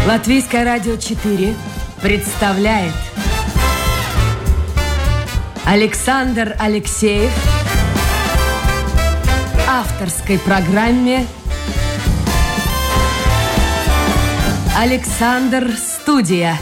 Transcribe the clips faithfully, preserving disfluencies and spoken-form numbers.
Латвийское радио четыре представляет Александр Алексеев в авторской программе «Александр Студия».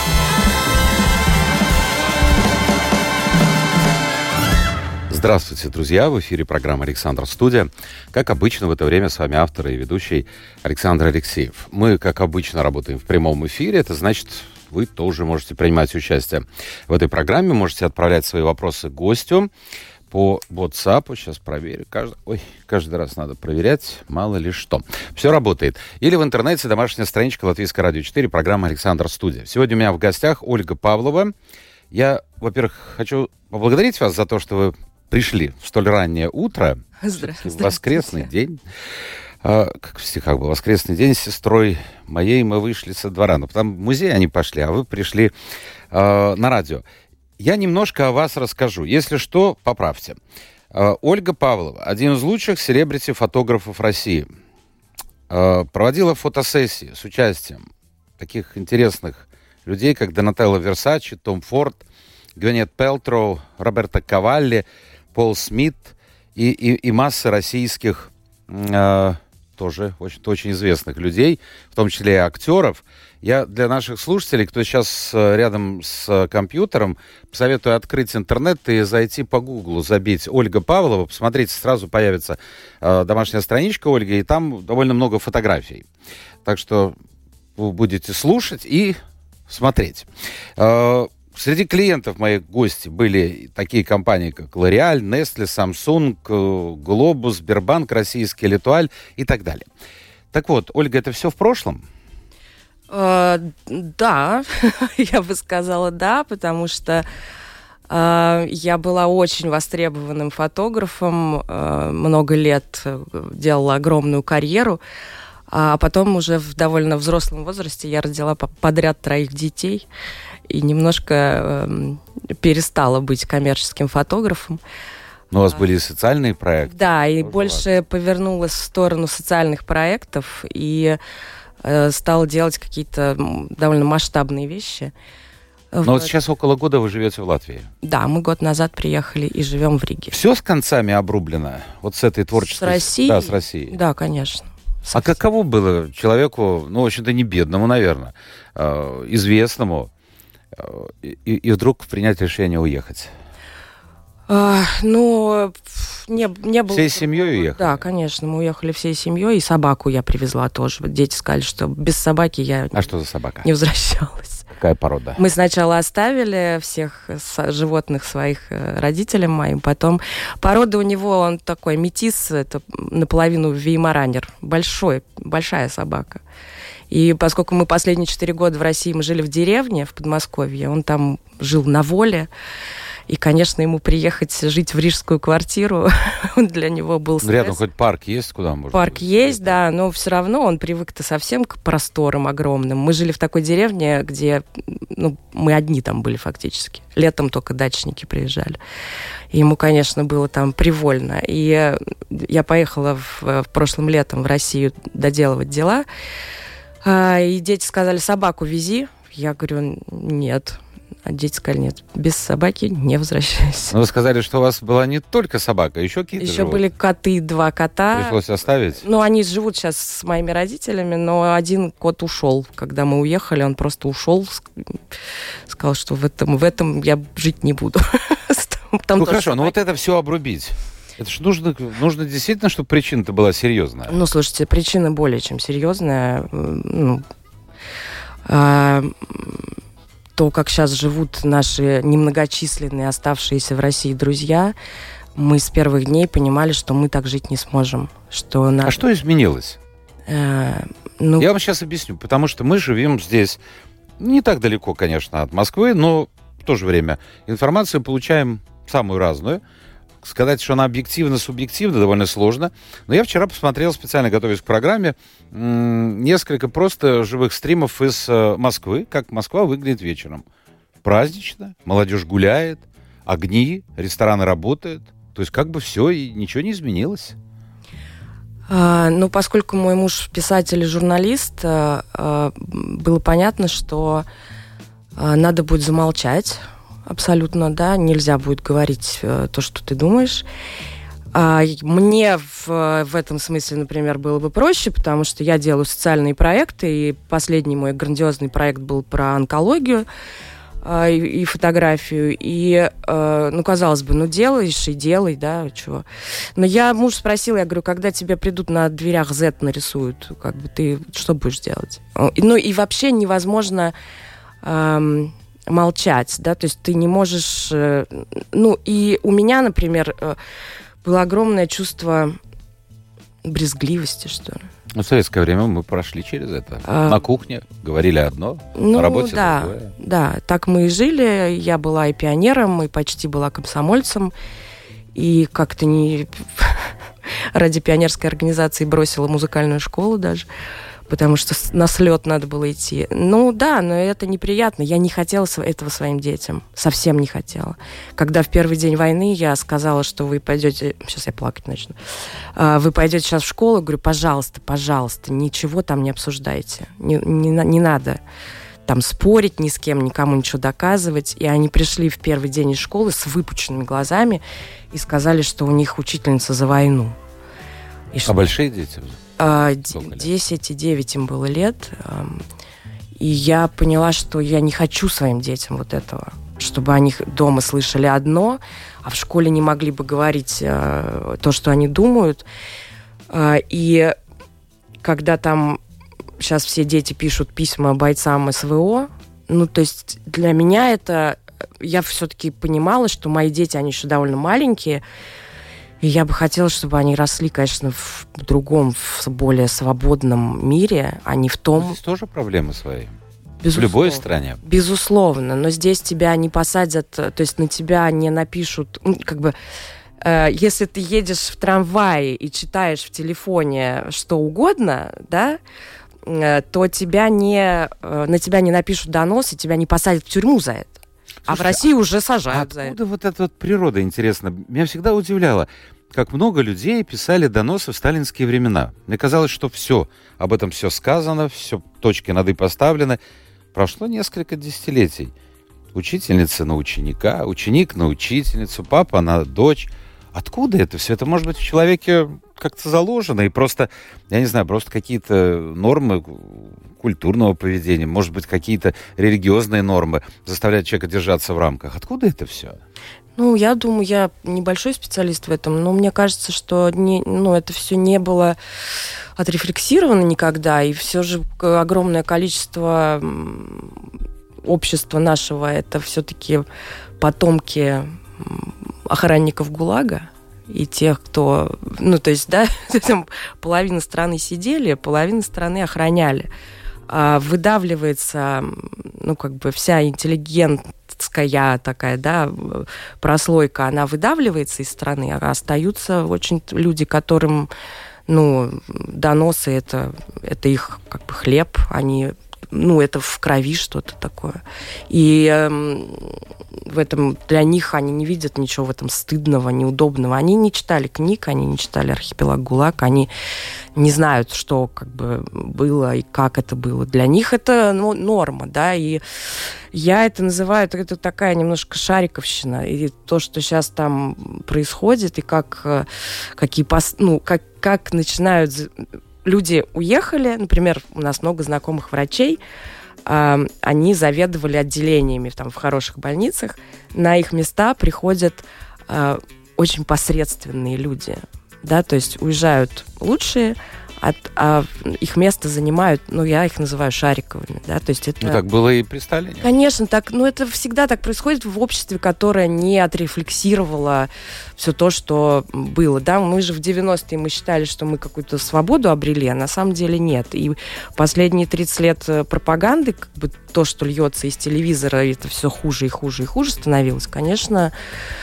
Здравствуйте, друзья! В эфире программа «Александр Студия». Как обычно, в это время с вами автор и ведущий Александр Алексеев. Мы, как обычно, работаем в прямом эфире. Это значит, вы тоже можете принимать участие в этой программе. Можете отправлять свои вопросы гостю по WhatsApp. Сейчас проверю. Каждый... Ой, каждый раз надо проверять. Мало ли что. Все работает. Или в интернете домашняя страничка Латвийское радио четыре, программа «Александр Студия». Сегодня у меня в гостях Ольга Павлова. Я, во-первых, хочу поблагодарить вас за то, что вы пришли в столь раннее утро. Здравствуйте. Воскресный день. А, как в стихах был. Воскресный день с сестрой моей мы вышли со двора. Но потом в музей они пошли, а вы пришли а, на радио. Я немножко о вас расскажу. Если что, поправьте. А, Ольга Павлова, один из лучших селебрити-фотографов России. А, проводила фотосессии с участием таких интересных людей, как Донателло Версачи, Том Форд, Гвинет Пэлтроу, Роберто Кавалли, Пол Смит и, и, и масса российских э, тоже очень, очень известных людей, в том числе и актеров. Я для наших слушателей, кто сейчас рядом с компьютером, советую открыть интернет и зайти по Гуглу, забить Ольга Павлова. Посмотрите, сразу появится э, домашняя страничка Ольги, и там довольно много фотографий. Так что вы будете слушать и смотреть. Э, Среди клиентов моих гостей были такие компании, как L'Oréal, Nestle, Samsung, Globus, Сбербанк, Российский Литуаль и так далее. Так вот, Ольга, это все в прошлом? Uh, да, я бы сказала да, потому что uh, я была очень востребованным фотографом, uh, много лет делала огромную карьеру, а потом уже в довольно взрослом возрасте я родила подряд троих детей и немножко э, перестала быть коммерческим фотографом. Но у вас были социальные проекты? Да, и больше важно. Повернулась в сторону социальных проектов и э, стала делать какие-то довольно масштабные вещи. Но вот сейчас около года вы живете в Латвии. Да, мы год назад приехали и живем в Риге. Все с концами обрублено? Вот с этой творческой... С Россией? Да, с Россией. Да, конечно. А каково было человеку, ну, в общем-то, не бедному, наверное, э, известному, э, и, и вдруг принять решение уехать? А, ну, не, не было... Всей семьей уехали? Да, конечно, мы уехали всей семьей, и собаку я привезла тоже. Вот дети сказали, что без собаки я... А что за собака? Не возвращалась. Какая порода? Мы сначала оставили всех животных своих родителям моим, потом порода у него, он такой метис, это наполовину веймаранер, большой, большая собака. И поскольку мы последние четыре года в России, мы жили в деревне, в Подмосковье, он там жил на воле, и, конечно, ему приехать жить в рижскую квартиру для него был стресс. Рядом хоть парк есть, куда можно? Парк есть, да, но все равно он привык-то совсем к просторам огромным. Мы жили в такой деревне, где ну, мы одни там были фактически. Летом только дачники приезжали. И ему, конечно, было там привольно. И я поехала в, в прошлом летом в Россию доделывать дела. И дети сказали, собаку вези. Я говорю, нет. А дети сказали, нет, без собаки не возвращайся. Но вы сказали, что у вас была не только собака, еще какие-то Еще животные. были коты, два кота. Пришлось оставить? Ну, они живут сейчас с моими родителями, но один кот ушел. Когда мы уехали, он просто ушел. Сказал, что в этом, в этом я жить не буду. Ну, хорошо, но вот это все обрубить. Это же нужно, нужно действительно, чтобы причина-то была серьезная. Ну, слушайте, причина более чем серьезная. Ну, то, как сейчас живут наши немногочисленные оставшиеся в России друзья, мы с первых дней понимали, что мы так жить не сможем. Что надо... А что изменилось? Э, ну... Я вам сейчас объясню. Потому что мы живем здесь не так далеко, конечно, от Москвы, но в то же время информацию получаем самую разную. Сказать, что она объективно, субъективно, довольно сложно. Но я вчера посмотрел, специально готовясь к программе, несколько просто живых стримов из Москвы, как Москва выглядит вечером. Празднично, молодежь гуляет, огни, рестораны работают. То есть как бы все, и ничего не изменилось. А, ну, поскольку мой муж писатель и журналист, а, а, было понятно, что а, надо будет замолчать абсолютно, да, нельзя будет говорить а, то, что ты думаешь. А, мне в, в этом смысле, например, было бы проще, потому что я делаю социальные проекты, и последний мой грандиозный проект был про онкологию а, и, и фотографию. И, а, ну, казалось бы, ну, делаешь и делай, да, чего. Но я муж спросил, я говорю, когда тебе придут на дверях Z нарисуют, как бы ты что будешь делать? Ну, и вообще невозможно эм, молчать, да, то есть ты не можешь... Э, ну, и у меня, например, э, было огромное чувство брезгливости, что ли. В советское время мы прошли через это. А, на кухне говорили одно, ну, на работе да, другое. Да, так мы и жили. Я была и пионером, и почти была комсомольцем. И как-то не ради пионерской организации бросила музыкальную школу даже, потому что на слет надо было идти. Ну да, но это неприятно. Я не хотела этого своим детям. Совсем не хотела. Когда в первый день войны я сказала, что вы пойдете... Сейчас я плакать начну. Вы пойдете сейчас в школу, говорю, пожалуйста, пожалуйста, ничего там не обсуждайте. Не, не, не надо там спорить ни с кем, никому ничего доказывать. И они пришли в первый день из школы с выпученными глазами и сказали, что у них учительница за войну. И а что... большие дети? десять и девять им было лет. И я поняла, что я не хочу своим детям вот этого. Чтобы они дома слышали одно, а в школе не могли бы говорить то, что они думают. И когда там сейчас все дети пишут письма бойцам СВО, ну, то есть для меня это... Я все-таки понимала, что мои дети, они еще довольно маленькие, и я бы хотела, чтобы они росли, конечно, в другом, в более свободном мире, а не в том... Здесь тоже проблемы свои. Безусловно. В любой стране. Безусловно. Но здесь тебя не посадят, то есть на тебя не напишут... Как бы, э, если ты едешь в трамвае и читаешь в телефоне что угодно, да, э, то тебя не, э, на тебя не напишут донос, и тебя не посадят в тюрьму за это. Слушай, а в России уже сажают а за это. Откуда вот эта вот природа, интересно? Меня всегда удивляло, как много людей писали доносы в сталинские времена. Мне казалось, что все, об этом все сказано, все точки над «и» поставлены. Прошло несколько десятилетий. Учительница на ученика, ученик на учительницу, папа на дочь. Откуда это все? Это, может быть, в человеке как-то заложено, и просто, я не знаю, просто какие-то нормы культурного поведения, может быть, какие-то религиозные нормы заставляют человека держаться в рамках. Откуда это все? Ну, я думаю, я небольшой специалист в этом, но мне кажется, что не, ну, это все не было отрефлексировано никогда, и все же огромное количество общества нашего это все-таки потомки охранников ГУЛАГа и тех, кто... Ну, то есть, да, там половина страны сидели, половина страны охраняли. А выдавливается, ну, как бы вся интеллигентская такая, да, прослойка, она выдавливается из страны, а остаются очень люди, которым, ну, доносы это, это их как бы хлеб, они... Ну, это в крови что-то такое. И э, в этом для них они не видят ничего в этом стыдного, неудобного. Они не читали книг, они не читали «Архипелаг ГУЛАГ», они не знают, что как бы было и как это было. Для них это, ну, норма, да, и я это называю, это такая немножко шариковщина. И то, что сейчас там происходит, и как, какие, ну, как, как начинают... Люди уехали, например, у нас много знакомых врачей, э, они заведовали отделениями там, в хороших больницах, на их места приходят э, очень посредственные люди, да, то есть уезжают лучшие, от, а их место занимают, ну, я их называю шариковыми, да, то есть это... Ну, так было и при Сталине. Конечно, так, ну, это всегда так происходит в обществе, которое не отрефлексировало все то, что было, да, мы же в девяностые мы считали, что мы какую-то свободу обрели, а на самом деле нет, и последние тридцать лет пропаганды, как бы то, что льется из телевизора, это все хуже и хуже и хуже становилось, конечно,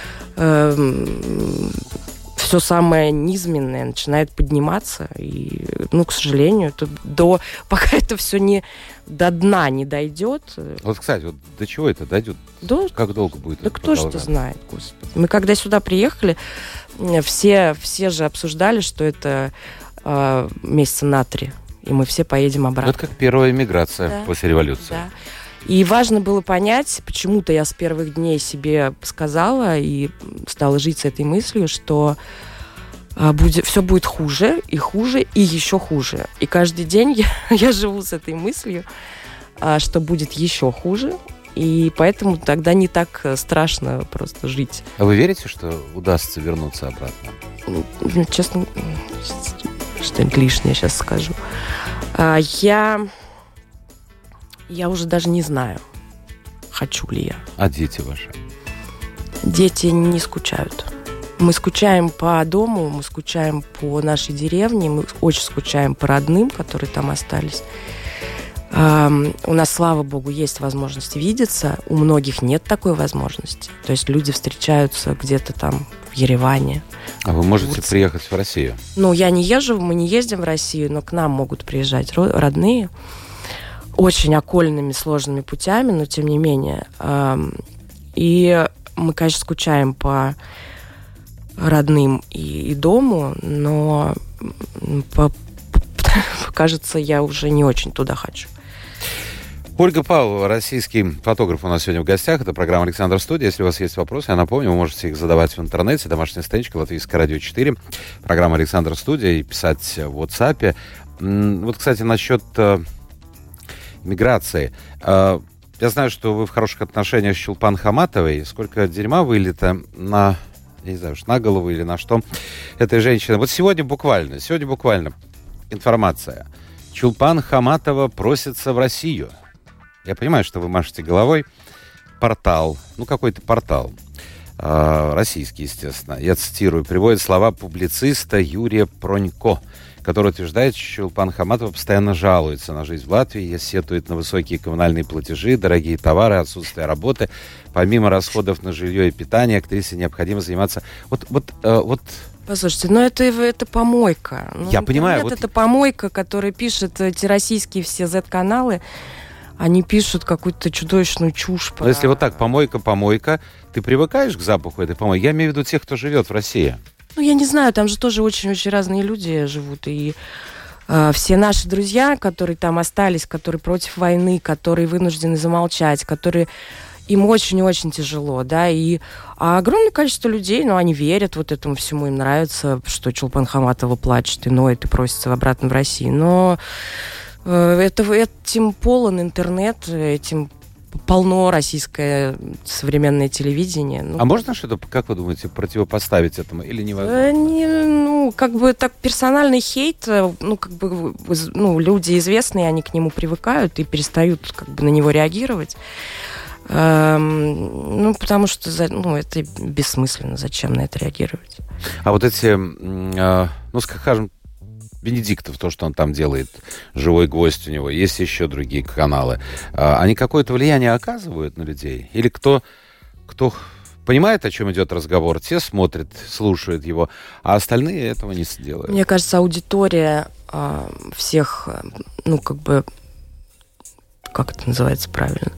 эм... все самое низменное начинает подниматься. И, ну, к сожалению, это до, пока это все не до дна не дойдет. Вот, кстати, вот до чего это дойдет? До... Как долго будет да это кто что знает, господи. Мы когда сюда приехали, все, все же обсуждали, что это э, месяца на три, и мы все поедем обратно. Это как первая миграция да. после революции. Да. И важно было понять, почему-то я с первых дней себе сказала и стала жить с этой мыслью, что будет, все будет хуже, и хуже, и еще хуже. И каждый день я, я живу с этой мыслью, что будет еще хуже, и поэтому тогда не так страшно просто жить. А вы верите, что удастся вернуться обратно? Честно, что-нибудь лишнее сейчас скажу. Я... Я уже даже не знаю, хочу ли я. А дети ваши? Дети не скучают. Мы скучаем по дому, мы скучаем по нашей деревне, мы очень скучаем по родным, которые там остались. Um, у нас, слава богу, есть возможность видеться, у многих нет такой возможности. То есть люди встречаются где-то там в Ереване. А вы можете приехать в Россию? Ну, я не езжу, мы не ездим в Россию, но к нам могут приезжать родные. Очень окольными, сложными путями, но тем не менее. И мы, конечно, скучаем по родным и, и дому, но по, кажется, я уже не очень туда хочу. Ольга Павлова, российский фотограф, у нас сегодня в гостях. Это программа «Александр Студия». Если у вас есть вопросы, я напомню, вы можете их задавать в интернете. Домашняя страничка Латвийское радио четыре. Программа «Александр Студия» и писать в WhatsApp. Вот, кстати, насчет миграции. Я знаю, что вы в хороших отношениях с Чулпан Хаматовой. Сколько дерьма вылито на, я не знаю, на голову или на что этой женщины. Вот сегодня буквально, сегодня буквально информация. Чулпан Хаматова просится в Россию. Я понимаю, что вы машете головой. Портал, ну какой-то портал, российский, естественно, я цитирую, приводит слова публициста Юрия Пронько, который утверждает, что Чулпан Хаматова постоянно жалуется на жизнь в Латвии, сетует на высокие коммунальные платежи, дорогие товары, отсутствие работы. Помимо расходов на жилье и питание, актрисе необходимо заниматься... Вот, вот, э, вот... Послушайте, ну это, это помойка. Ну, Я понимаю. Вот... Это помойка, которая пишет эти российские все зет-каналы. Они пишут какую-то чудовищную чушь. Но про... если вот так, помойка, помойка, ты привыкаешь к запаху этой помойки? Я имею в виду тех, кто живет в России. Ну, я не знаю, там же тоже очень-очень разные люди живут. И э, все наши друзья, которые там остались, которые против войны, которые вынуждены замолчать, которые... Им очень-очень тяжело, да, и а огромное количество людей, ну, они верят вот этому всему, им нравится, что Чулпан Хаматова плачет и ноет и просится обратно в Россию, но э, это, этим полон интернет, этим полно российское современное телевидение. Ну, а можно что-то, как вы думаете, противопоставить этому или невозможно? Э, не, ну, как бы так персональный хейт, ну, как бы, ну, люди известные, они к нему привыкают и перестают как бы на него реагировать. Ну, потому что, ну, это бессмысленно. Зачем на это реагировать? А вот эти, ну, скажем, Венедиктов, то, что он там делает, «Живой гвоздь» у него, есть еще другие каналы, они какое-то влияние оказывают на людей? Или кто, кто понимает, о чем идет разговор, те смотрят, слушают его, а остальные этого не сделают? Мне кажется, аудитория всех, ну, как бы, как это называется правильно,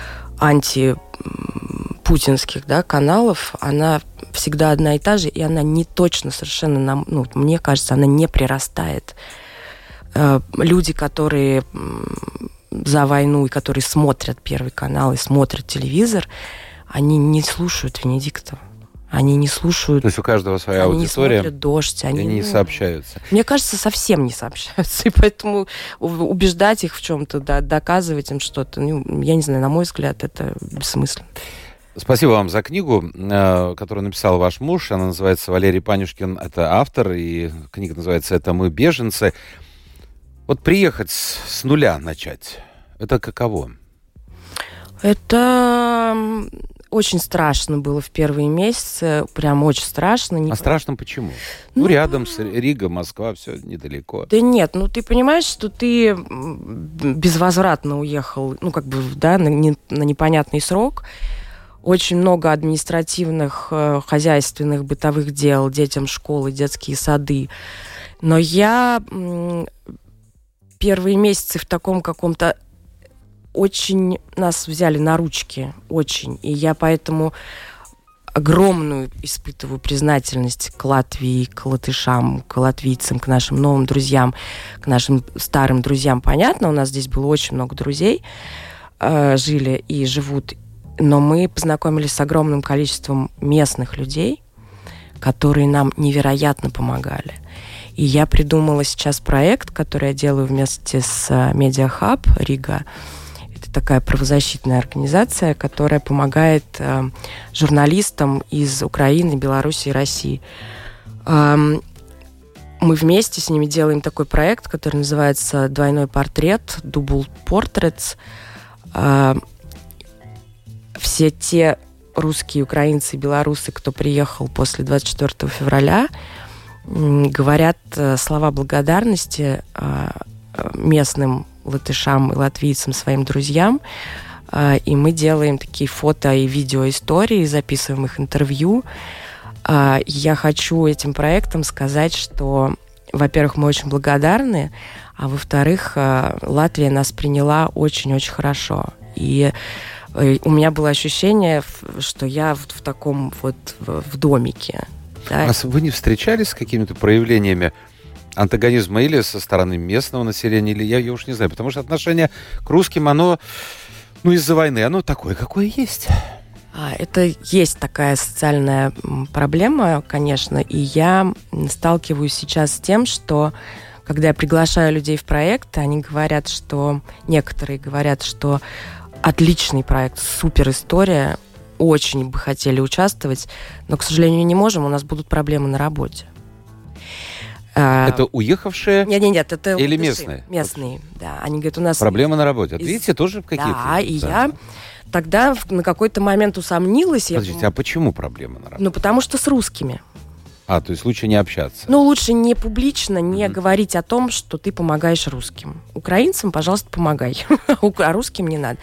антипутинских, да, каналов, она всегда одна и та же, и она не точно совершенно, нам, ну, мне кажется, она не прирастает. Э, люди, которые за войну и которые смотрят Первый канал и смотрят телевизор, они не слушают Венедиктова. Они не слушают... То есть у каждого своя они аудитория. Они не смотрят «Дождь». Они, они не ну, сообщаются. Мне кажется, совсем не сообщаются. И поэтому убеждать их в чем-то, да, доказывать им что-то, ну, я не знаю, на мой взгляд, это бессмысленно. Спасибо вам за книгу, которую написал ваш муж. Она называется «Валерий Панюшкин». Это автор, и книга называется «Это мы беженцы». Вот приехать с, с нуля начать, это каково? Это... Очень страшно было в первые месяцы, прям очень страшно. Не... А страшно почему? Ну, ну, рядом с Рига, Москва, все недалеко. Да нет, ну ты понимаешь, что ты безвозвратно уехал, ну как бы, да, на, не, на непонятный срок. Очень много административных, хозяйственных, бытовых дел, детям школы, детские сады. Но я первые месяцы в таком каком-то очень нас взяли на ручки, очень. И я поэтому огромную испытываю признательность к Латвии, к латышам, к латвийцам, к нашим новым друзьям, к нашим старым друзьям. Понятно, у нас здесь было очень много друзей, э, жили и живут, но мы познакомились с огромным количеством местных людей, которые нам невероятно помогали. И я придумала сейчас проект, который я делаю вместе с Media Hub Рига. Это такая правозащитная организация, которая помогает э, журналистам из Украины, Беларуси и России. Э, мы вместе с ними делаем такой проект, который называется «Двойной портрет», «Double Portraits». Э, все те русские, украинцы и белорусы, кто приехал после двадцать четвёртого февраля, говорят слова благодарности местным латышам и латвийцам, своим друзьям. И мы делаем такие фото- и видеоистории, записываем их интервью. Я хочу этим проектом сказать, что, во-первых, мы очень благодарны, а во-вторых, Латвия нас приняла очень-очень хорошо. И у меня было ощущение, что я в, в таком вот в, в домике. Да? А вы не встречались с какими-то проявлениями антагонизма или со стороны местного населения, или я, я уж не знаю, потому что отношение к русским, оно, ну, из-за войны, оно такое, какое есть. А, это есть такая социальная проблема, конечно, и я сталкиваюсь сейчас с тем, что когда я приглашаю людей в проект, они говорят, что, некоторые говорят, что отличный проект, супер история, очень бы хотели участвовать, но, к сожалению, не можем, у нас будут проблемы на работе. Это уехавшие? Нет, нет, нет, это или латыши, местные? Местные, да. Они говорят, у нас... Проблемы на работе. Из... Видите, тоже какие-то... Да, и да. я тогда на какой-то момент усомнилась. Подождите, я... а почему проблемы на работе? Ну, потому что с русскими. А, то есть лучше не общаться? Ну, лучше не публично, не mm-hmm. говорить о том, что ты помогаешь русским. Украинцам, пожалуйста, помогай, а русским не надо.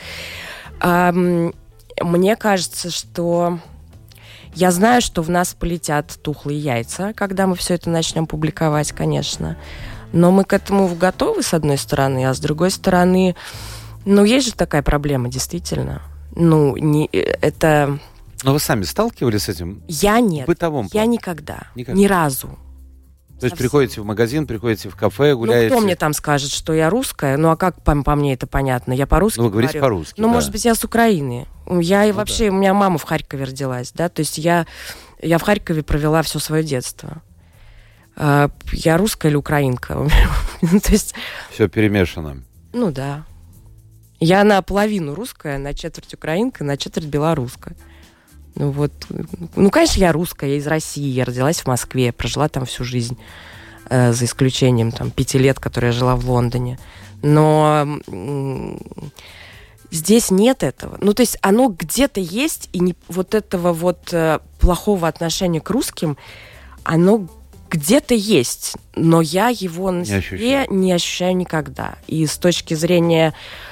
Мне кажется, что... Я знаю, что в нас полетят тухлые яйца, когда мы все это начнем публиковать, конечно. Но мы к этому готовы, с одной стороны, а с другой стороны, ну, есть же такая проблема, действительно. Ну, не, это... Но вы сами сталкивались с этим? Я нет. В бытовом я плане? никогда. никогда. Ни разу. То есть приходите в магазин, приходите в кафе, гуляете? Ну, кто мне там скажет, что я русская? Ну, а как по, по мне это понятно? Я по-русски Ну, вы говорите говорю. по-русски, Ну, да. может быть, я с Украины. Я и ну, вообще, да. у меня мама в Харькове родилась, да, то есть я, я в Харькове провела все свое детство. Я русская или украинка? То есть... Все перемешано. Ну, да. Я наполовину русская, на четверть украинка, на четверть белорусская. Ну, вот. Ну, конечно, я русская, я из России, я родилась в Москве, я прожила там всю жизнь, э, за исключением там пяти лет, которые я жила в Лондоне. Но м- здесь нет этого. Ну, то есть оно где-то есть, и не, вот этого вот э, плохого отношения к русским, оно где-то есть, но я его на не себе ощущаю. не ощущаю никогда. И с точки зрения...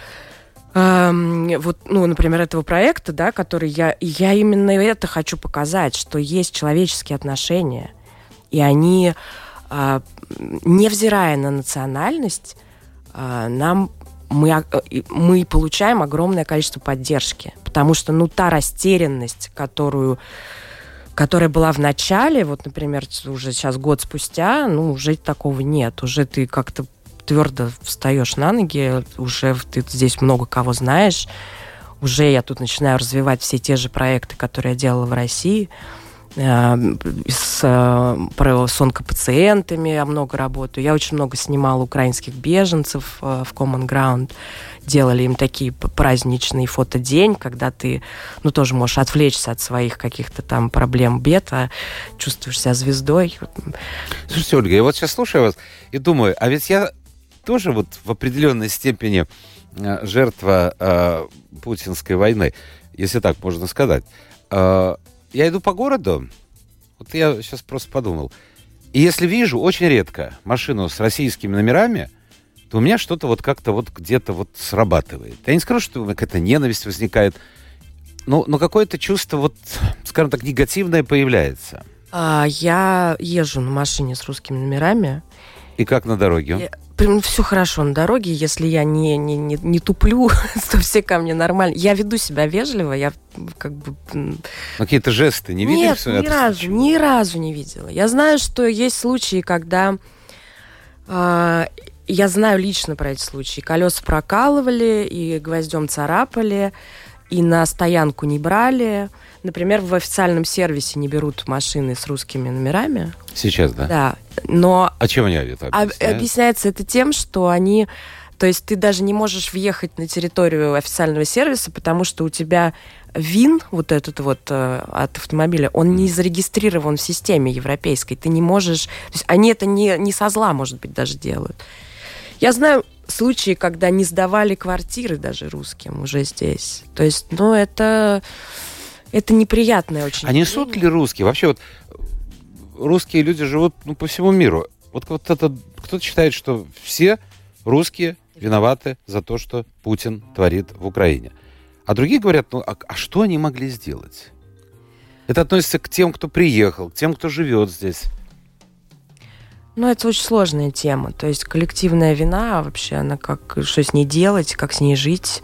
Вот, ну, например, этого проекта, да, который я... Я именно это хочу показать, что есть человеческие отношения, и они, невзирая на национальность, нам... Мы, мы получаем огромное количество поддержки, потому что, ну, та растерянность, которую, которая была в начале, вот, например, уже сейчас год спустя, ну, уже такого нет, уже ты как-то твердо встаешь на ноги, уже ты здесь много кого знаешь, уже я тут начинаю развивать все те же проекты, которые я делала в России, с, с онкопациентами я много работаю. Я очень много снимала украинских беженцев в Common Ground. Делали им такие праздничные фотодень, когда ты, ну, тоже можешь отвлечься от своих каких-то там проблем, бед, а чувствуешь себя звездой. Слушайте, Ольга, я вот сейчас слушаю вас и думаю, а ведь я тоже вот в определенной степени жертва э, путинской войны, если так можно сказать. Э, Я иду по городу, вот я сейчас просто подумал, и если вижу очень редко машину с российскими номерами, то у меня что-то вот как-то вот где-то вот срабатывает. Я не скажу, что какая-то ненависть возникает, но, но какое-то чувство вот, скажем так, негативное появляется. А, я езжу на машине с русскими номерами. И как на дороге? И Все хорошо на дороге, если я не, не, не, не туплю, то все ко мне нормально. Я веду себя вежливо, я как бы... Какие-то жесты не видели? Нет, ни разу, случае? ни разу не видела. Я знаю, что есть случаи, когда... Э, я знаю лично про эти случаи. Колеса прокалывали, и гвоздем царапали, и на стоянку не брали. Например, в официальном сервисе не берут машины с русскими номерами. Сейчас, да? Да. Но а чем они это объясняют? Объясняется это тем, что они... То есть ты даже не можешь въехать на территорию официального сервиса, потому что у тебя ВИН, вот этот вот э, от автомобиля, он не зарегистрирован в системе европейской. Ты не можешь... То есть они это не, не со зла, может быть, даже делают. Я знаю случаи, когда не сдавали квартиры даже русским уже здесь. То есть, ну, это... Это неприятное очень. А несут ли русские? Вообще вот русские люди живут ну, по всему миру. Вот, вот это, кто-то считает, что все русские виноваты за то, что Путин творит в Украине. А другие говорят, ну а, а что они могли сделать? Это относится к тем, кто приехал, к тем, кто живет здесь. Ну, это очень сложная тема. То есть коллективная вина вообще, она как, что с ней делать, как с ней жить.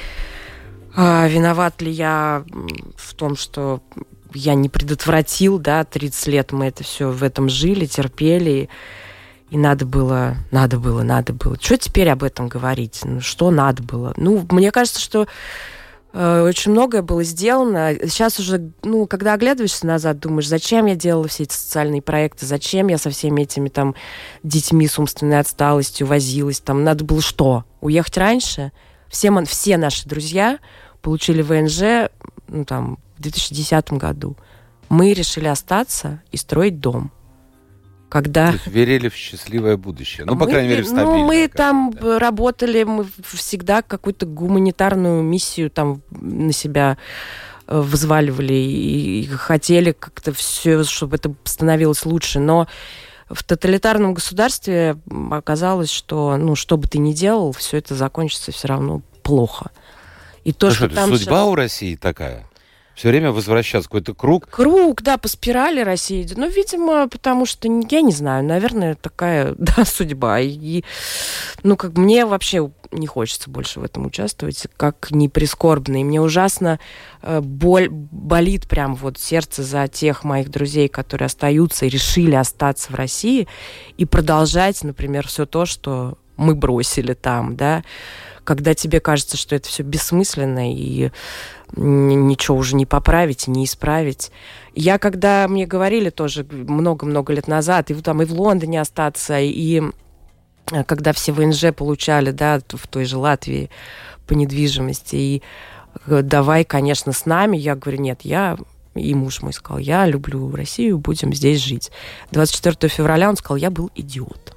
А виноват ли я в том, что я не предотвратил, да, тридцать лет мы это все в этом жили, терпели, и надо было, надо было, надо было. Что теперь об этом говорить? Ну, что надо было? Ну, мне кажется, что э, очень многое было сделано. Сейчас уже, ну, когда оглядываешься назад, думаешь, зачем я делала все эти социальные проекты, зачем я со всеми этими там детьми с умственной отсталостью возилась, там надо было что? Уехать раньше? Все, мы, все наши друзья получили ВНЖ ну, там, в две тысячи десятом году. Мы решили остаться и строить дом. Когда... То есть верили в счастливое будущее. Ну, мы, по крайней мере, в стабильное. Ну, мы там да. работали, мы всегда какую-то гуманитарную миссию там на себя взваливали и, и хотели как-то все, чтобы это становилось лучше. Но в тоталитарном государстве оказалось, что, ну, что бы ты ни делал, все это закончится все равно плохо. И то, ну, что, что там судьба сейчас... у России такая? Все время возвращаться, какой-то круг? Круг, да, по спирали России идет. Ну, видимо, потому что, я не знаю, наверное, такая, да, судьба. И, ну, как мне вообще не хочется больше в этом участвовать, как ни прискорбно. И мне ужасно э, боль, болит прям вот сердце за тех моих друзей, которые остаются и решили остаться в России и продолжать, например, все то, что мы бросили там, да, когда тебе кажется, что это все бессмысленно и ничего уже не поправить, не исправить. Я, когда мне говорили тоже много-много лет назад, и там и в Лондоне остаться, и когда все ВНЖ получали, да, в той же Латвии по недвижимости, и давай, конечно, с нами, я говорю, нет, я... И муж мой сказал, я люблю Россию, будем здесь жить. двадцать четвёртого февраля он сказал, я был идиот.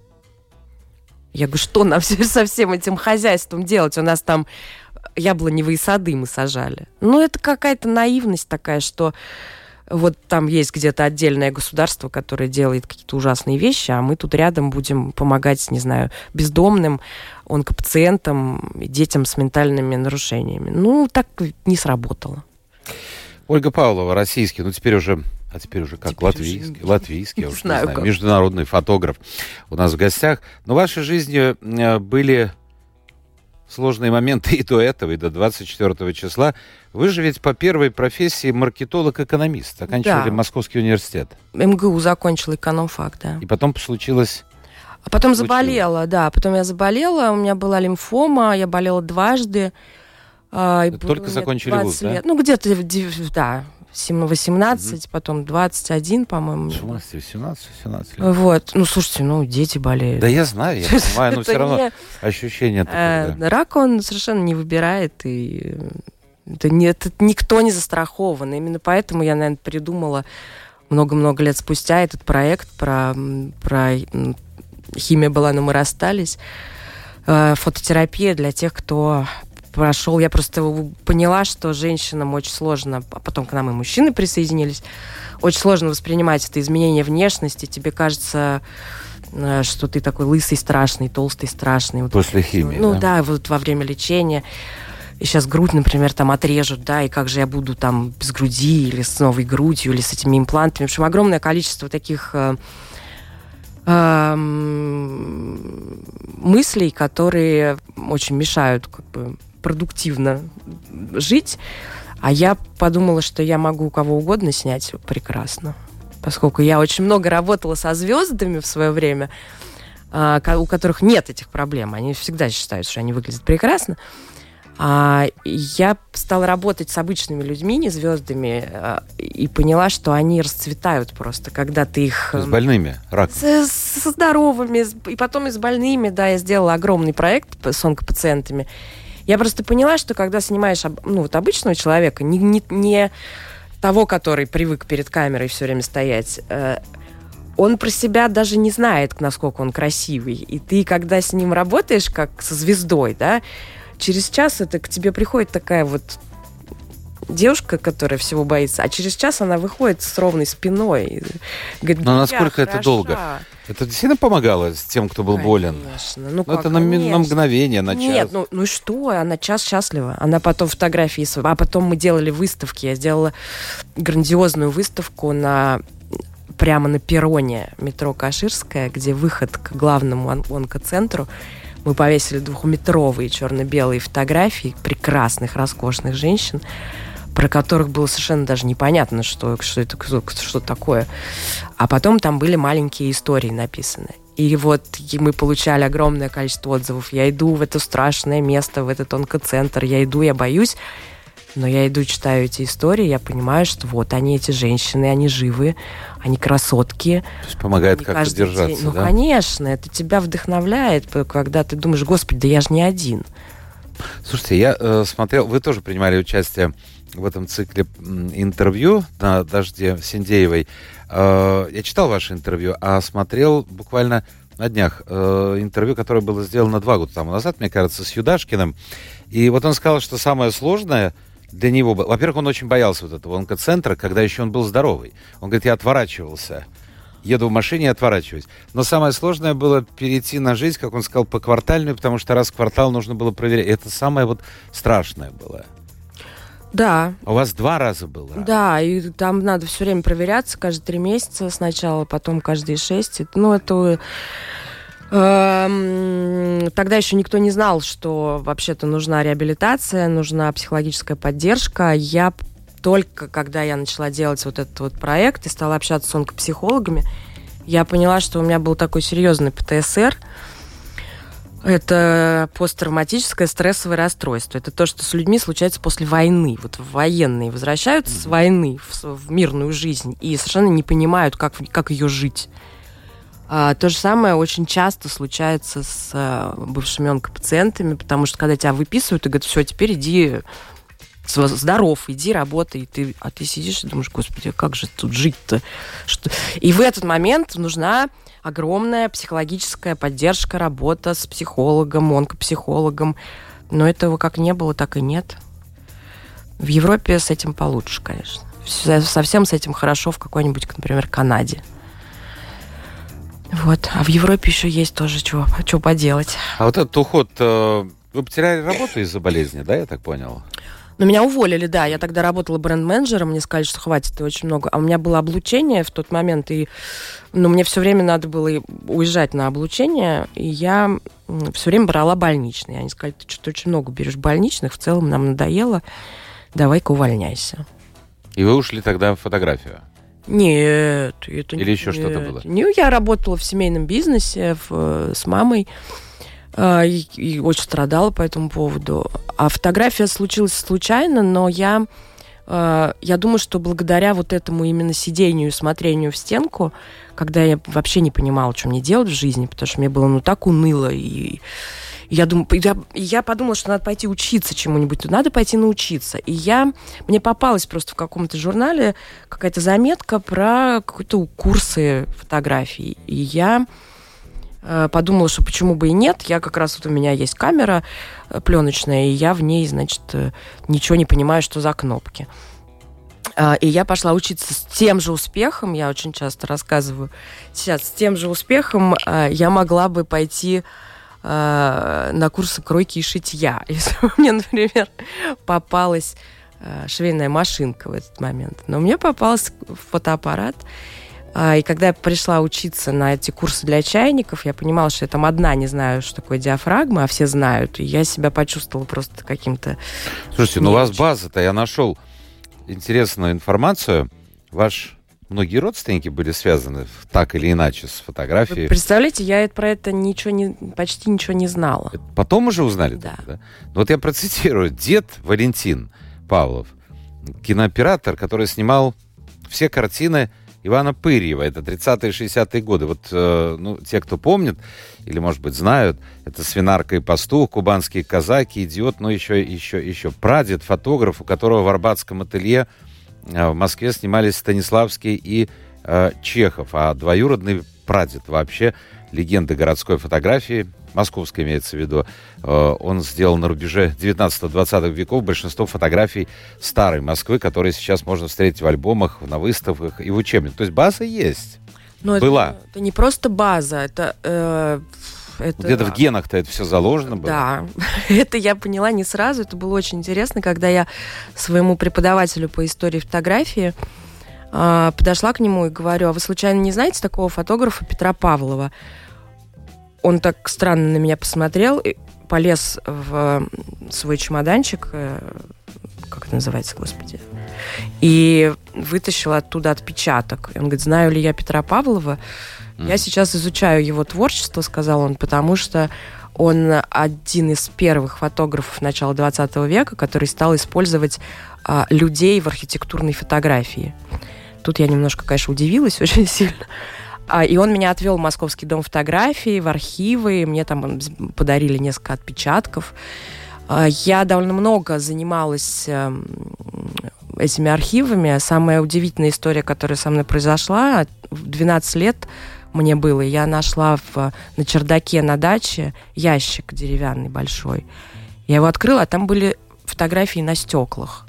Я говорю, что нам со всем этим хозяйством делать? У нас там яблоневые сады мы сажали. Ну, это какая-то наивность такая, что вот там есть где-то отдельное государство, которое делает какие-то ужасные вещи, а мы тут рядом будем помогать, не знаю, бездомным, онкопациентам, детям с ментальными нарушениями. Ну, так не сработало. Ольга Павлова, российский, ну теперь уже... А теперь уже как теперь латвийский, уже... латвийский, я уж не знаю, знаю международный фотограф у нас в гостях. Но в вашей жизни были сложные моменты и до этого, и до двадцать четвёртого числа. Вы же ведь по первой профессии маркетолог-экономист. Оканчивали да. Московский университет. МГУ закончила экономфак, да. И потом случилось... А потом случилось. заболела, да. Потом я заболела, у меня была лимфома, я болела дважды. Только закончили вуз, да? Ну, где-то, да. восемнадцать, mm-hmm. потом двадцать один, по-моему. восемнадцать, семнадцать, семнадцать лет. Вот. Ну, слушайте, ну, дети болеют. Да я знаю, я понимаю, но все равно ощущение такое. Рак он совершенно не выбирает, и это никто не застрахован. Именно поэтому я, наверное, придумала много-много лет спустя этот проект про «Химия была, но мы расстались». Фототерапия для тех, кто... прошел. Я просто поняла, что женщинам очень сложно, а потом к нам и мужчины присоединились, очень сложно воспринимать это изменение внешности. Тебе кажется, что ты такой лысый, страшный, толстый, страшный. После химии, Ну да? да, вот во время лечения. И сейчас грудь, например, там отрежут, да, и как же я буду там без груди, или с новой грудью, или с этими имплантами. В общем, огромное количество таких... мыслей, которые очень мешают как бы продуктивно жить. А я подумала, что я могу кого угодно снять прекрасно. Поскольку я очень много работала со звездами в свое время, у которых нет этих проблем. Они всегда считают, что они выглядят прекрасно. А я стала работать с обычными людьми, не звездами, и поняла, что они расцветают просто, когда ты их... С больными, раком. С, со здоровыми, и потом и с больными, да, я сделала огромный проект с онкопациентами. Я просто поняла, что когда снимаешь ну, вот обычного человека, не, не, не того, который привык перед камерой все время стоять, э, он про себя даже не знает, насколько он красивый. И ты, когда с ним работаешь, как со звездой, да, через час это к тебе приходит такая вот девушка, которая всего боится, а через час она выходит с ровной спиной. И говорит, но насколько это долго? Это действительно помогало тем, кто был Конечно. болен? Ну, ну как, это на, на мгновение, на час. Нет, ну, ну что, она час счастлива. Она потом фотографии... А потом мы делали выставки. Я сделала грандиозную выставку на... прямо на перроне метро Каширская, где выход к главному он- онкоцентру. Мы повесили двухметровые черно-белые фотографии прекрасных, роскошных женщин, про которых было совершенно даже непонятно, что, что это что такое. А потом там были маленькие истории написаны. И вот мы получали огромное количество отзывов. Я иду в это страшное место, в этот онкоцентр. Я иду, я боюсь. Но я иду, читаю эти истории, я понимаю, что вот они, эти женщины, они живы, они красотки. То есть помогает как-то держаться, день... Ну, да? конечно, это тебя вдохновляет, когда ты думаешь, господи, да я же не один. Слушайте, я э, смотрел, вы тоже принимали участие в этом цикле интервью на «Дожде» Синдеевой. Э, я читал ваше интервью, а смотрел буквально на днях э, интервью, которое было сделано два года тому назад, мне кажется, с Юдашкиным. И вот он сказал, что самое сложное для него было... Во-первых, он очень боялся вот этого онкоцентра, когда еще он был здоровый. Он говорит, я отворачивался. Еду в машине и отворачиваюсь. Но самое сложное было перейти на жизнь, как он сказал, поквартальную, потому что раз в квартал нужно было проверять. Это самое вот страшное было. Да. У вас два раза было? Да, и там надо все время проверяться, каждые три месяца сначала, потом каждые шесть. Ну, это... Э, тогда еще никто не знал, что вообще-то нужна реабилитация, нужна психологическая поддержка. Я только, когда я начала делать вот этот вот проект и стала общаться с онкопсихологами, я поняла, что у меня был такой серьезный пэ тэ эс эр. Это посттравматическое стрессовое расстройство. Это то, что с людьми случается после войны. Вот военные возвращаются mm-hmm. с войны в, в мирную жизнь и совершенно не понимают, как, как ее жить. А, то же самое очень часто случается с а, бывшими онкопациентами, потому что когда тебя выписывают и говорят, все, теперь иди здоров, иди работай. И ты, а ты сидишь и думаешь, господи, как же тут жить-то? Что... И в этот момент нужна огромная психологическая поддержка, работа с психологом, онкопсихологом. Но этого как не было, так и нет. В Европе с этим получше, конечно. Совсем с этим хорошо в какой-нибудь, например, Канаде. Вот. А в Европе еще есть тоже чего, чего поделать. А вот этот уход... Вы потеряли работу из-за болезни, да, я так понял? Ну, меня уволили, да. Я тогда работала бренд-менеджером, мне сказали, что хватит, и очень много. А у меня было облучение в тот момент, и ну, мне все время надо было уезжать на облучение, и я все время брала больничные. Они сказали, ты что-то очень много берешь больничных, в целом нам надоело, давай-ка увольняйся. И вы ушли тогда в фотографию? Нет. Это Или не, еще нет. что-то было? Ну, я работала в семейном бизнесе в, с мамой. И, и очень страдала по этому поводу. А фотография случилась случайно, но я, я думаю, что благодаря вот этому именно сидению и смотрению в стенку, когда я вообще не понимала, что мне делать в жизни, потому что мне было ну так уныло, и я, думаю, я, я подумала, что надо пойти учиться чему-нибудь, надо пойти научиться. И я, мне попалась просто в каком-то журнале какая-то заметка про какие-то курсы фотографий. И я подумала, что почему бы и нет. Я как раз, вот у меня есть камера пленочная, и я в ней, значит, ничего не понимаю, что за кнопки. И я пошла учиться с тем же успехом, я очень часто рассказываю сейчас, с тем же успехом я могла бы пойти на курсы кройки и шитья, если бы мне, например, попалась швейная машинка в этот момент. Но мне попался фотоаппарат. И когда я пришла учиться на эти курсы для чайников, я понимала, что я там одна не знаю, что такое диафрагма, а все знают. И я себя почувствовала просто каким-то... Слушайте, ну у вас база-то, я нашел интересную информацию. Ваш... Многие родственники были связаны так или иначе с фотографией. Вы представляете, я про это ничего не, почти ничего не знала. Это потом уже узнали? Да. Так, да? Ну, вот я процитирую. Дед Валентин Павлов, кинооператор, который снимал все картины Ивана Пырьева. Это тридцатые-шестидесятые годы. Вот э, ну, те, кто помнит, или, может быть, знают, это «Свинарка и пастух», «Кубанские казаки», «Идиот», ну, еще, еще, еще. Прадед, фотограф, у которого в арбатском ателье в Москве снимались Станиславский и э, Чехов, а двоюродный прадед вообще легенда городской фотографии, московской имеется в виду, э, он сделал на рубеже девятнадцатого-двадцатого веков большинство фотографий старой Москвы, которые сейчас можно встретить в альбомах, на выставках и в учебниках. То есть база есть. Но была. Это, это не просто база, это... Э... Это... Где-то в генах-то это все заложено было. Да, это я поняла не сразу. Это было очень интересно, когда я своему преподавателю по истории фотографии э, подошла к нему и говорю: а вы случайно не знаете такого фотографа Петра Павлова? Он так странно на меня посмотрел и полез в свой чемоданчик, э, как это называется, господи, и вытащил оттуда отпечаток. И он говорит: знаю ли я Петра Павлова? Я сейчас изучаю его творчество, сказал он, потому что он один из первых фотографов начала двадцатого века, который стал использовать а, людей в архитектурной фотографии. Тут я немножко, конечно, удивилась очень сильно. А, и он меня отвел в Московский дом фотографии, в архивы, и мне там подарили несколько отпечатков. А, я довольно много занималась а, этими архивами. Самая удивительная история, которая со мной произошла, в двенадцать лет мне было, я нашла в, на чердаке на даче ящик деревянный большой. Я его открыла, а там были фотографии на стеклах.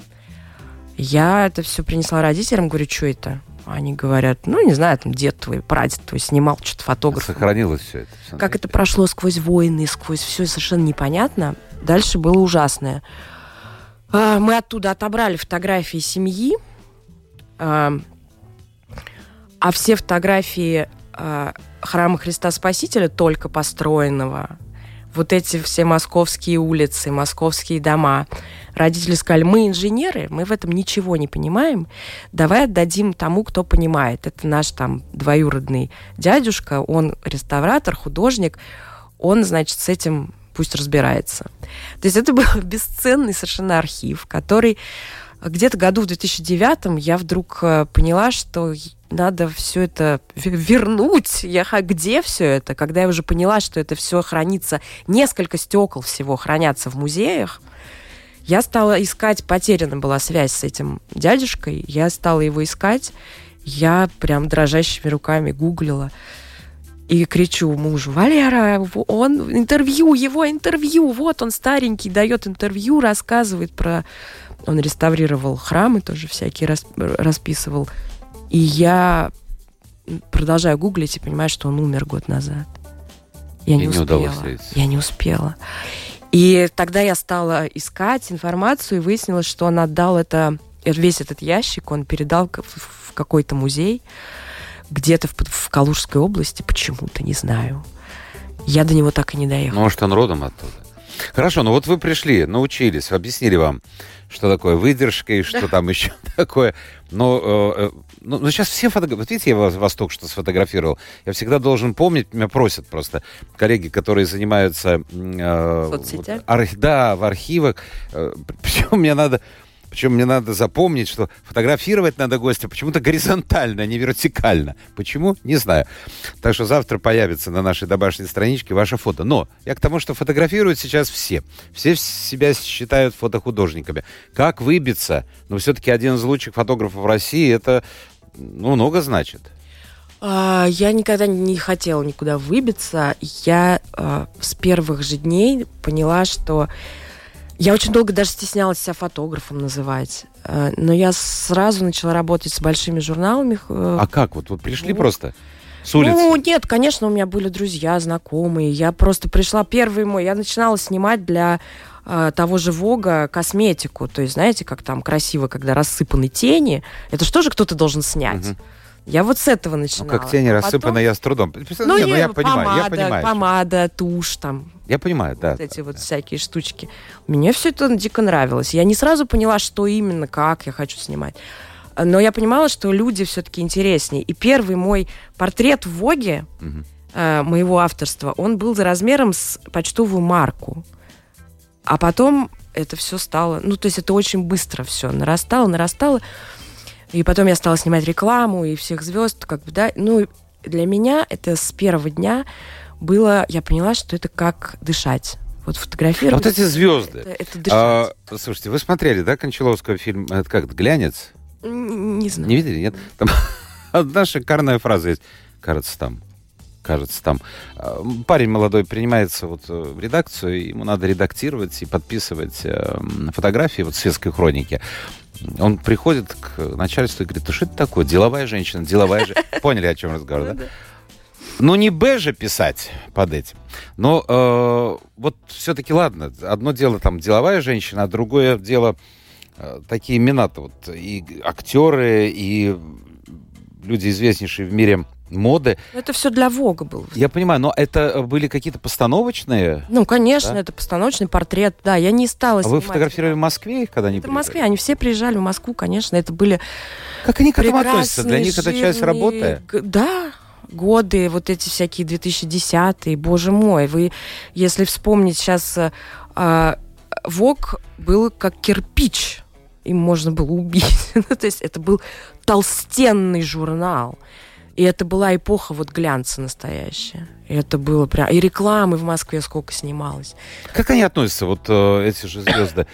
Я это все принесла родителям, говорю: что это? Они говорят: ну, не знаю, там дед твой, прадед твой снимал, что-то фотограф. Сохранилось все это. Все как это прошло сквозь войны, сквозь все совершенно непонятно. Дальше было ужасное. Мы оттуда отобрали фотографии семьи, а все фотографии храма Христа Спасителя, только построенного, вот эти все московские улицы, московские дома. Родители сказали: мы инженеры, мы в этом ничего не понимаем, давай отдадим тому, кто понимает. Это наш там двоюродный дядюшка, он реставратор, художник, он, значит, с этим пусть разбирается. То есть это был бесценный совершенно архив, который где-то году в две тысячи девятом я вдруг поняла, что надо все это вернуть. Я, а где все это? Когда я уже поняла, что это все хранится, несколько стекол всего хранятся в музеях, я стала искать, потеряна была связь с этим дядюшкой, я стала его искать, я прям дрожащими руками гуглила и кричу мужу: Валера, он интервью, его интервью, вот он старенький, дает интервью, рассказывает про... Он реставрировал храмы, тоже всякие рас... расписывал. И я продолжаю гуглить и понимаю, что он умер год назад. Я не, не успела. Я не успела. И тогда я стала искать информацию и выяснилось, что он отдал это, весь этот ящик, он передал в какой-то музей где-то в, в Калужской области, почему-то, не знаю. Я до него так и не доехала. Может, он родом оттуда. Хорошо, ну вот вы пришли, научились, объяснили вам, что такое выдержка и что там еще такое. Но, э, ну, ну, сейчас все фотографии... Вот видите, я вас, вас только что сфотографировал. Я всегда должен помнить, меня просят просто коллеги, которые занимаются... Э, соцсетями? Вот, ар, да, в архивах. Э, причем мне надо... Причем мне надо запомнить, что фотографировать надо гостя почему-то горизонтально, а не вертикально. Почему? Не знаю. Так что завтра появится на нашей домашней страничке ваше фото. Но я к тому, что фотографируют сейчас все. Все себя считают фотохудожниками. Как выбиться? Но все-таки один из лучших фотографов в России, это, ну, много значит. Я никогда не хотела никуда выбиться. Я э, с первых же дней поняла, что... Я очень долго даже стеснялась себя фотографом называть. Но я сразу начала работать с большими журналами. А как? Вот, вот пришли вот. Просто с улицы? Ну, нет, конечно, у меня были друзья, знакомые. Я просто пришла первый мой. Я начинала снимать для э, того же Вога косметику. То есть, знаете, как там красиво, когда рассыпаны тени. Это что же кто-то должен снять? Угу. Я вот с этого начинала. Ну, как тени а рассыпаны, потом... я с трудом. Ну, не, не, ну я понимаю, помада, я понимаю. помада, тушь там. Я понимаю, да. Вот эти да, вот да. всякие штучки. Мне все это дико нравилось. Я не сразу поняла, что именно, как я хочу снимать. Но я понимала, что люди все-таки интереснее. И первый мой портрет в Воге, угу. э, моего авторства, он был размером с почтовую марку. А потом это все стало... Ну, то есть это очень быстро все нарастало, нарастало. И потом я стала снимать рекламу и всех звезд, как бы, да. Ну, для меня это с первого дня было... Я поняла, что это как дышать. Вот фотографировать... Вот эти звезды. Это, это дышать. А, слушайте, вы смотрели, да, Кончаловского фильм? Это как, «Глянец»? Не, не знаю. Не видели, нет? Там одна шикарная фраза есть. Кажется, там. Кажется, там. Парень молодой принимается вот в редакцию, ему надо редактировать и подписывать э, фотографии вот светской хроники. Он приходит к начальству и говорит: ну что это такое? Деловая женщина, деловая женщина. Поняли, о чем разговор, да? Ну, не «Б» же писать под этим. Но э, вот все-таки, ладно, одно дело там деловая женщина, а другое дело э, такие имена-то вот и актеры, и люди, известнейшие в мире моды. Это все для Вога было. Я понимаю, но это были какие-то постановочные? Ну, конечно, да? Это постановочный портрет. Да, я не стала а снимать. Вы фотографировали в Москве их, когда они это приезжали? в Москве, они все приезжали в Москву, конечно. Это были Как они к этому относятся? Для них жирные, это часть работы? Да, годы, вот эти всякие две тысячи десятые, боже мой. Вы, если вспомнить сейчас, э, Вог был как кирпич. Им можно было убить. То есть это был толстенный журнал. И это была эпоха вот глянца настоящая. И это было прям... И рекламы в Москве сколько снималось. Как они относятся, вот э, эти же звезды,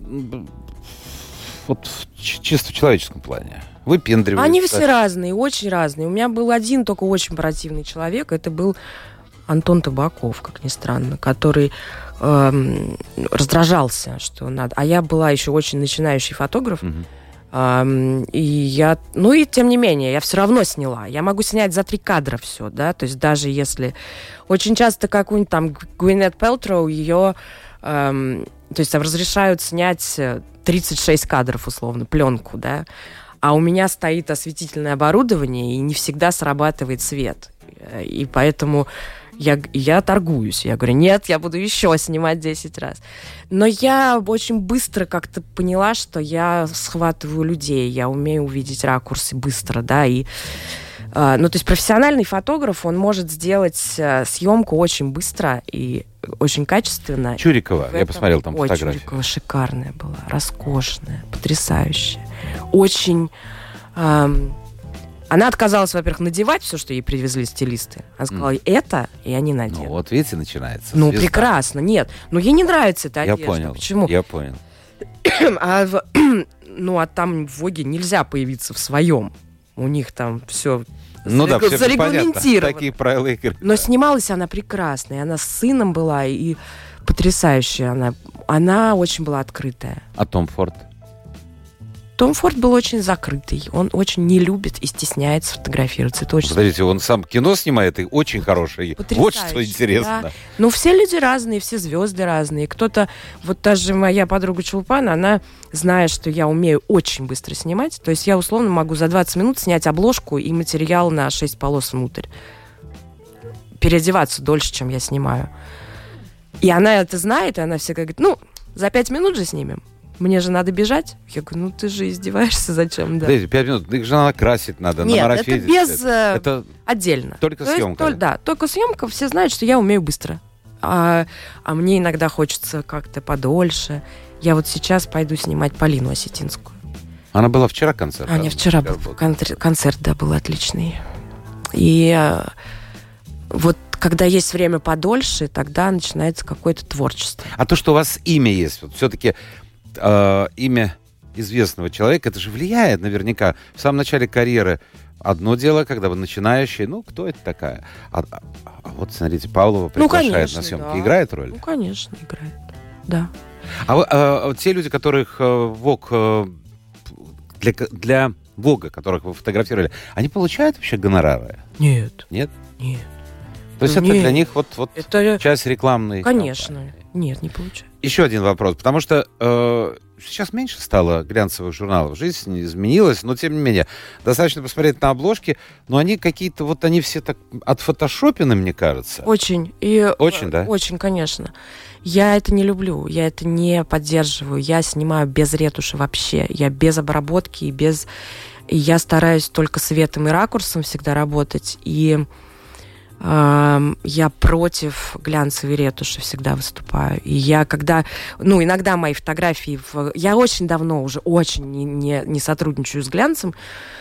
вот в, чисто в человеческом плане? Выпендриваются? Они все разные, очень разные. У меня был один только очень противный человек. Это был Антон Табаков, как ни странно, который эм, раздражался, что надо... А я была еще очень начинающий фотограф. Угу. Um, и я, ну и тем не менее, я все равно сняла. Я могу снять за три кадра все, да, то есть даже если очень часто какую-нибудь там Гвинет Пэлтроу ее, эм, то есть там разрешают снять тридцать шесть кадров условно, пленку, да, а у меня стоит осветительное оборудование и не всегда срабатывает свет, и поэтому Я, я торгуюсь. Я говорю, нет, я буду еще снимать десять раз. Но я очень быстро как-то поняла, что я схватываю людей, я умею увидеть ракурсы быстро, да, и... Э, ну, то есть профессиональный фотограф, он может сделать э, съемку очень быстро и очень качественно. Чурикова, я посмотрел там Ой, фотографии. Чурикова шикарная была, роскошная, потрясающая. Очень... Эм, Она отказалась, во-первых, надевать все, что ей привезли стилисты. Она сказала, mm. это я не надену. Ну, вот видите, начинается. Ну, звезда. Прекрасно. Нет, но ей не нравится эта я одежда. Понял. Почему? Я понял. а в, ну, а там в Воге нельзя появиться в своем. У них там все ну, зарегу... да, все зарегламентировано. Такие правила игры. Но снималась она прекрасно. И она с сыном была, и потрясающая она. Она очень была открытая. А Том Форд? Том Форд был очень закрытый. Он очень не любит и стесняется фотографироваться. Это очень... Подождите, он сам кино снимает, и очень хороший. Вот что интересно. Да. Ну, все люди разные, все звезды разные. Кто-то, вот даже моя подруга Чулпан, она, зная, что я умею очень быстро снимать, то есть я условно могу за двадцать минут снять обложку и материал на шесть полос внутрь. Переодеваться дольше, чем я снимаю. И она это знает, и она всегда говорит, ну, за пять минут же снимем. Мне же надо бежать. Я говорю, ну ты же издеваешься, зачем? Да. Подождите, пять минут, их же надо красить надо, Нет, намарафетить. это без... Это, это отдельно. Только то съемка? Есть, да, только съемка. Все знают, что я умею быстро. А, а мне иногда хочется как-то подольше. Я вот сейчас пойду снимать Полину Осетинскую. Она была вчера концерт? А, не вчера был концерт, концерт, да, был отличный. И а, вот когда есть время подольше, тогда начинается какое-то творчество. А то, что у вас имя есть, вот все-таки э, имя известного человека, это же влияет наверняка. В самом начале карьеры одно дело, когда вы начинающий, ну, кто это такая? А, а, а вот, смотрите, Павлова приглашает ну, конечно, на съемки. Да. Играет роль? Ну, конечно, играет, да. А, а, а те люди, которых э, Вог, э, для, для Вога, которых вы фотографировали, они получают вообще гонорары? Нет. Нет? Нет. То есть Нет. это для них вот, вот это... часть рекламной Конечно. компании? Нет, не получают. Еще один вопрос, потому что э, сейчас меньше стало глянцевых журналов, жизнь изменилась, но тем не менее, достаточно посмотреть на обложки, но они какие-то, вот они все так отфотошопены, мне кажется. Очень. И, очень, да? Очень, конечно. Я это не люблю, я это не поддерживаю, я снимаю без ретуши вообще, я без обработки и без... И я стараюсь только светом и ракурсом всегда работать, и... Я против глянцевой ретуши всегда выступаю. И я когда... Ну, иногда мои фотографии... В... Я очень давно уже очень не, не, не сотрудничаю с глянцем,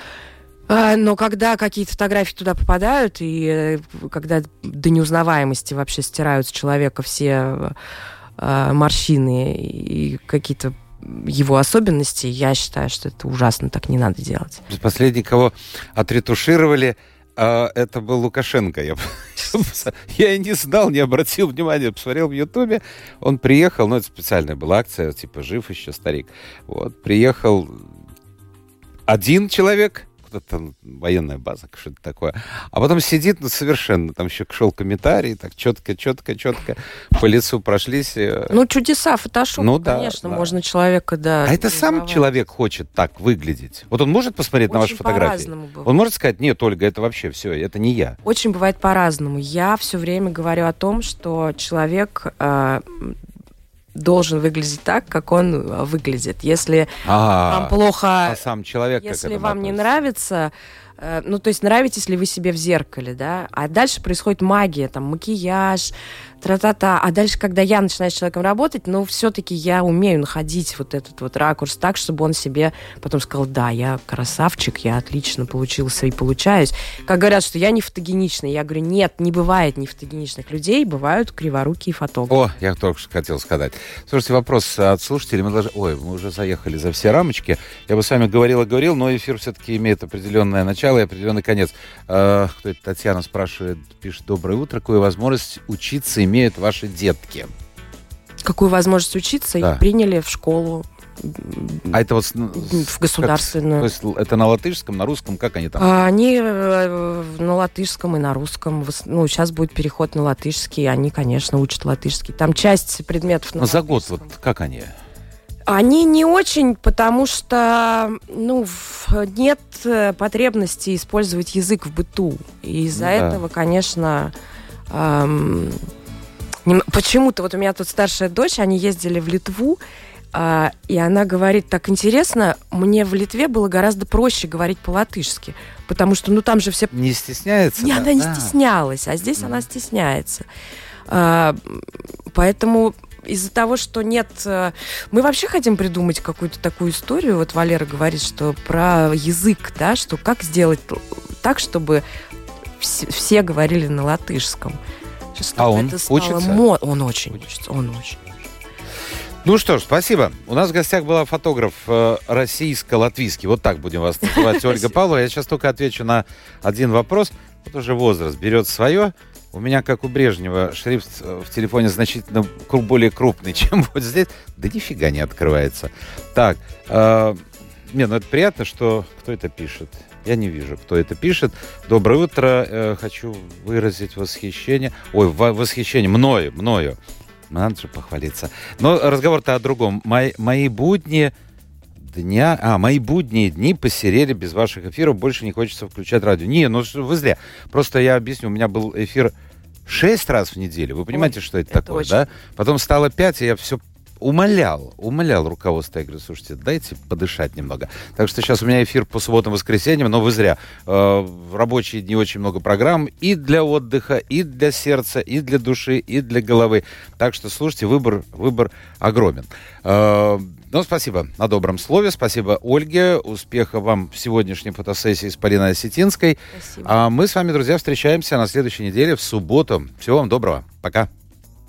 но когда какие-то фотографии туда попадают, и когда до неузнаваемости вообще стирают с человека все морщины и какие-то его особенности, я считаю, что это ужасно, так не надо делать. Последний, кого отретушировали, А это был Лукашенко. Я, я и не знал, не обратил внимания, посмотрел в Ютубе. Он приехал, ну, это специальная была акция, типа, жив еще старик. Вот, приехал один человек, куда-то военная база, что-то такое. А потом сидит, ну, совершенно, там еще шел комментарий, так четко, четко, четко по лицу прошлись. Ну, чудеса фотошопа, ну, да, конечно, да. можно человека, да. А это сам человек хочет так выглядеть? Вот он может посмотреть Очень на ваши фотографии? Он может сказать, нет, Ольга, это вообще все, это не я. Очень бывает по-разному. Я все время говорю о том, что человек... Э, должен выглядеть так, как он выглядит. Если А-а-а. вам плохо... А сам человек Если как вам не относится? нравится... Э, ну, то есть нравитесь ли вы себе в зеркале, да? А дальше происходит магия, там, макияж, тра-та-та. А дальше, когда я начинаю с человеком работать, ну, все-таки я умею находить вот этот вот ракурс так, чтобы он себе потом сказал, да, я красавчик, я отлично получился и получаюсь. Как говорят, что я не фотогеничный. Я говорю, нет, не бывает нефотогеничных людей, бывают криворукие фотографы. О, я только что хотел сказать. Слушайте, вопрос от слушателей. Мы должны... Ой, мы уже заехали за все рамочки. Я бы с вами говорил и говорил, но эфир все-таки имеет определенное начало и определенный конец. Э, кто это? Татьяна спрашивает, пишет, доброе утро. Какую возможность учиться имеют ваши детки? Какую возможность учиться? Да. Их приняли в школу. А это вот... В государственную. Как, то есть это на латышском, на русском? Как они там? А, они э, на латышском и на русском. Ну, сейчас будет переход на латышский. Они, конечно, учат латышский. Там часть предметов на Но за латышском. год вот как они? Они не очень, потому что ну, нет потребности использовать язык в быту. И из-за ну, да. этого, конечно... Эм, не, почему-то вот у меня тут старшая дочь, они ездили в Литву, э, и она говорит, так интересно, мне в Литве было гораздо проще говорить по-латышски, потому что, ну, там же все... Не стесняется? Не, да? она не да. стеснялась, а здесь mm. она стесняется. Э, поэтому... Из-за того, что нет... Мы вообще хотим придумать какую-то такую историю. Вот Валера говорит, что про язык, да, что как сделать так, чтобы все, все говорили на латышском. А он это стало учится? Мо... Он очень учится, он очень. Ну что ж, спасибо. У нас в гостях была фотограф э, российско-латвийский. Вот так будем вас называть, Ольга Павлова. Я сейчас только отвечу на один вопрос. Вот уже возраст берет свое. У меня, как у Брежнева, шрифт в телефоне значительно более крупный, чем вот здесь. Да нифига не открывается. Так, э, не, ну это приятно, что... Кто это пишет? Я не вижу, кто это пишет. Доброе утро. Э, хочу выразить восхищение. Ой, восхищение мною, мною. Надо же похвалиться. Но разговор-то о другом. Мои, мои будни... Дня, а, мои будние дни посерели без ваших эфиров, больше не хочется включать радио. Не, ну вы зря. Просто я объясню, у меня был эфир шесть раз в неделю. Вы понимаете, Ой, что это, это такое, очень... да? Потом стало пять, и я все умолял, умолял руководство. Я говорю, слушайте, дайте подышать немного. Так что сейчас у меня эфир по субботам, воскресеньям, но вы зря. Э, в рабочие дни очень много программ и для отдыха, и для сердца, и для души, и для головы. Так что, слушайте, выбор, выбор огромен. Э, Ну, спасибо на добром слове. Спасибо Ольге. Успеха вам в сегодняшней фотосессии с Полиной Осетинской. Спасибо. А мы с вами, друзья, встречаемся на следующей неделе в субботу. Всего вам доброго. Пока.